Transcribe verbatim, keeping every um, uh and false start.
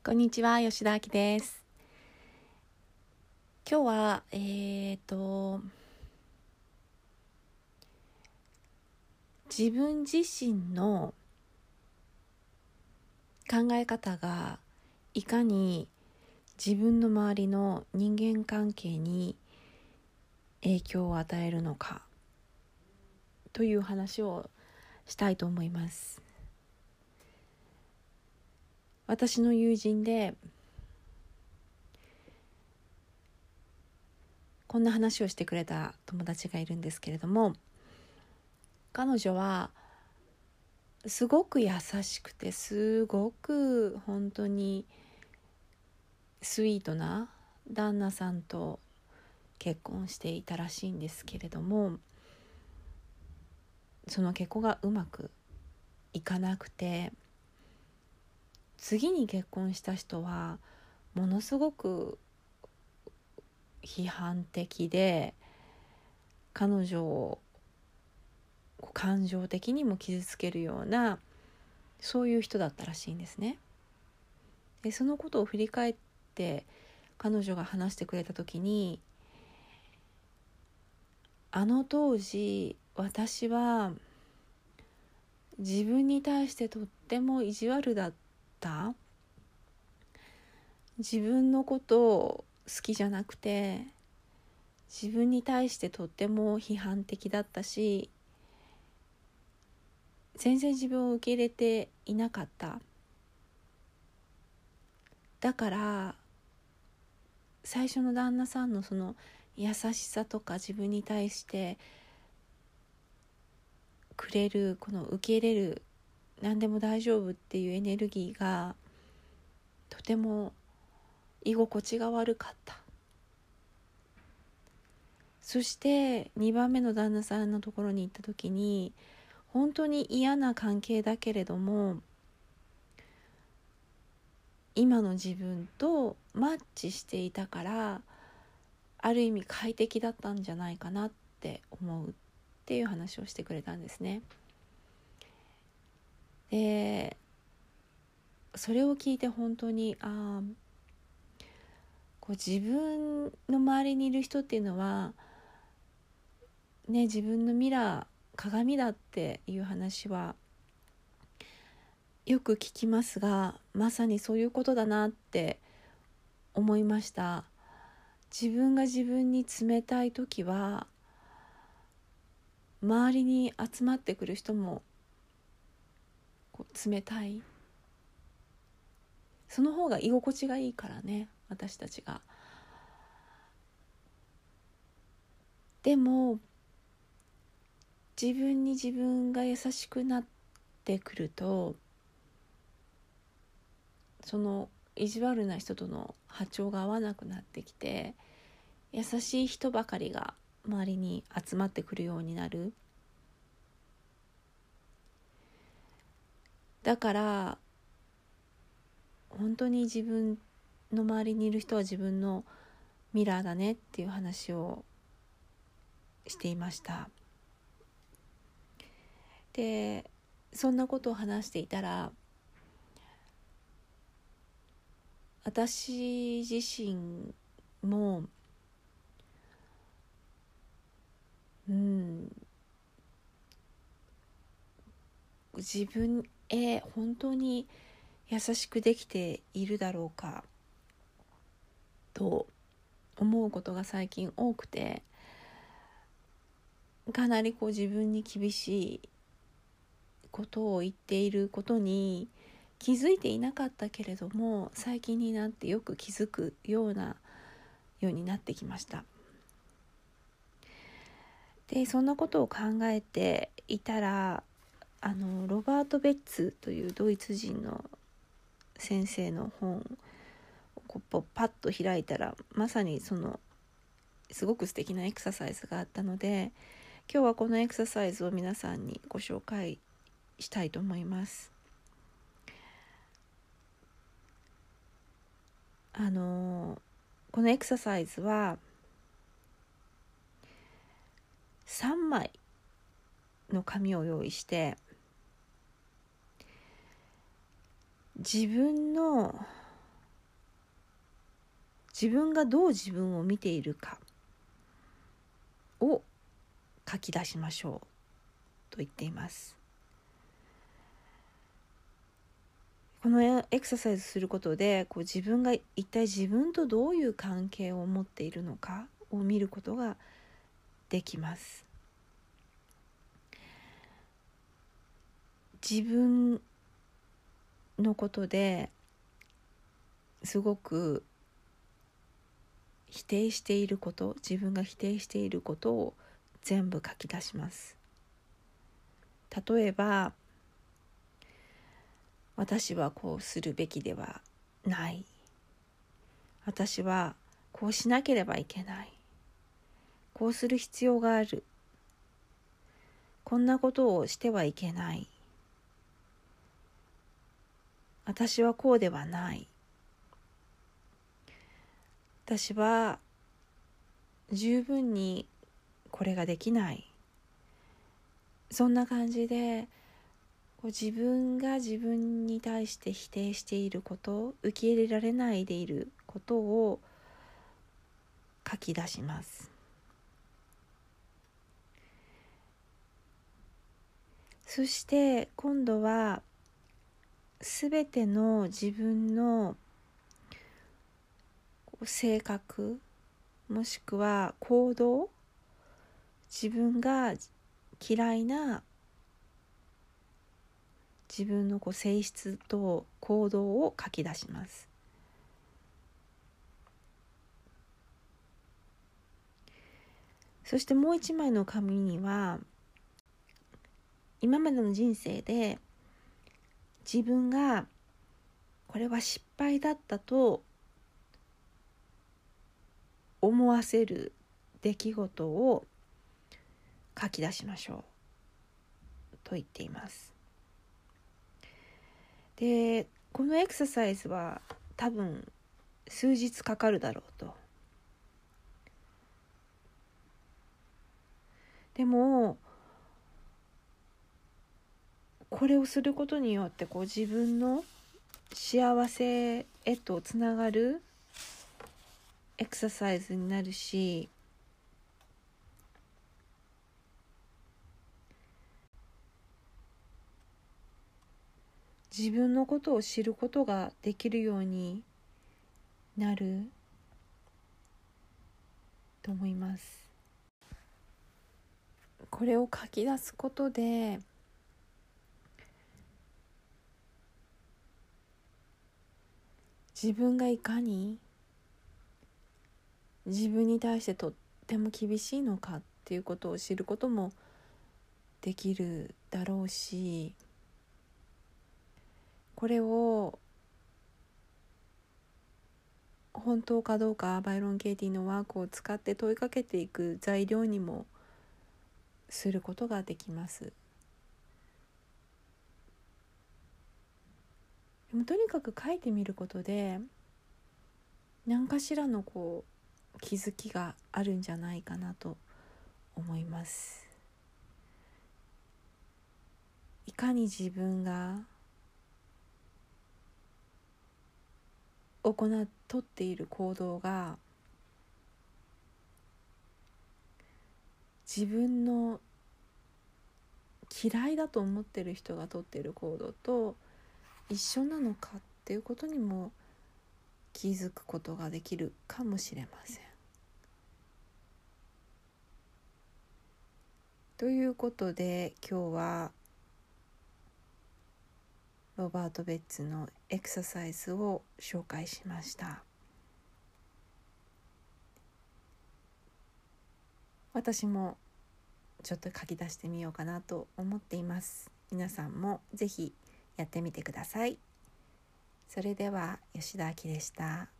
こんにちは、吉田あきです。今日はえーと自分自身の考え方がいかに自分の周りの人間関係に影響を与えるのかという話をしたいと思います。私の友人でこんな話をしてくれた友達がいるんですけれども、彼女はすごく優しくてすごく本当にスイートな旦那さんと結婚していたらしいんですけれども、その結婚がうまくいかなくて、次に結婚した人はものすごく批判的で、彼女を感情的にも傷つけるような、そういう人だったらしいんですね。でそのことを振り返って彼女が話してくれた時に、あの当時私は自分に対してとっても意地悪だった、自分のことを好きじゃなくて自分に対してとっても批判的だったし、全然自分を受け入れていなかった。だから最初の旦那さんのその優しさとか自分に対してくれるこの受け入れる、何でも大丈夫っていうエネルギーがとても居心地が悪かった。そしてにばんめの旦那さんのところに行った時に、本当に嫌な関係だけれども今の自分とマッチしていたから、ある意味快適だったんじゃないかなって思うっていう話をしてくれたんですね。でそれを聞いて本当にあこう自分の周りにいる人っていうのはね、自分のミラー鏡だっていう話はよく聞きますが、まさにそういうことだなって思いました。自分が自分に冷たい時は周りに集まってくる人もこう冷たい、その方が居心地がいいからね、私たちが。でも自分に自分が優しくなってくると、その意地悪な人との波長が合わなくなってきて、優しい人ばかりが周りに集まってくるようになる。だから本当に自分の周りにいる人は自分のミラーだねっていう話をしていました。でそんなことを話していたら、私自身もうん自分へ本当に優しくできているだろうかと思うことが最近多くて、かなりこう自分に厳しいことを言っていることに気づいていなかったけれども、最近になってよく気づくようなようになってきました。でそんなことを考えていたら、あのロバート・ベッツというドイツ人の先生の本をこうパッと開いたら、まさにそのすごく素敵なエクササイズがあったので、今日はこのエクササイズを皆さんにご紹介したいと思います。あのこのエクササイズはさんまいの紙を用意して、自分の自分がどう自分を見ているかを書き出しましょうと言っています。このエクササイズすることでこう自分が一体自分とどういう関係を持っているのかを見ることができます。自分のことですごく否定していること、自分が否定していることを全部書き出します。例えば、私はこうするべきではない。私はこうしなければいけない。こうする必要がある。こんなことをしてはいけない。私はこうではない。私は十分にこれができない。そんな感じで自分が自分に対して否定していること、受け入れられないでいることを書き出します。そして今度はすべての自分の性格もしくは行動、自分が嫌いな自分のこう性質と行動を書き出します。そしてもう一枚の紙には今までの人生で自分がこれは失敗だったと思わせる出来事を書き出しましょうと言っています。で、このエクササイズは多分数日かかるだろうと。でもこれをすることによってこう自分の幸せへとつながるエクササイズになるし、自分のことを知ることができるようになると思います。これを書き出すことで自分がいかに自分に対してとっても厳しいのかっていうことを知ることもできるだろうし、これを本当かどうかバイロン・ケイティのワークを使って問いかけていく材料にもすることができます。でもとにかく書いてみることで何かしらのこう気づきがあるんじゃないかなと思います。いかに自分が行っとっている行動が自分の嫌いだと思っている人がとっている行動と一緒なのかっていうことにも気づくことができるかもしれません。ということで今日はロバート・ベッツのエクササイズを紹介しました。私もちょっと書き出してみようかなと思っています。皆さんもぜひやってみてください。それでは吉田明でした。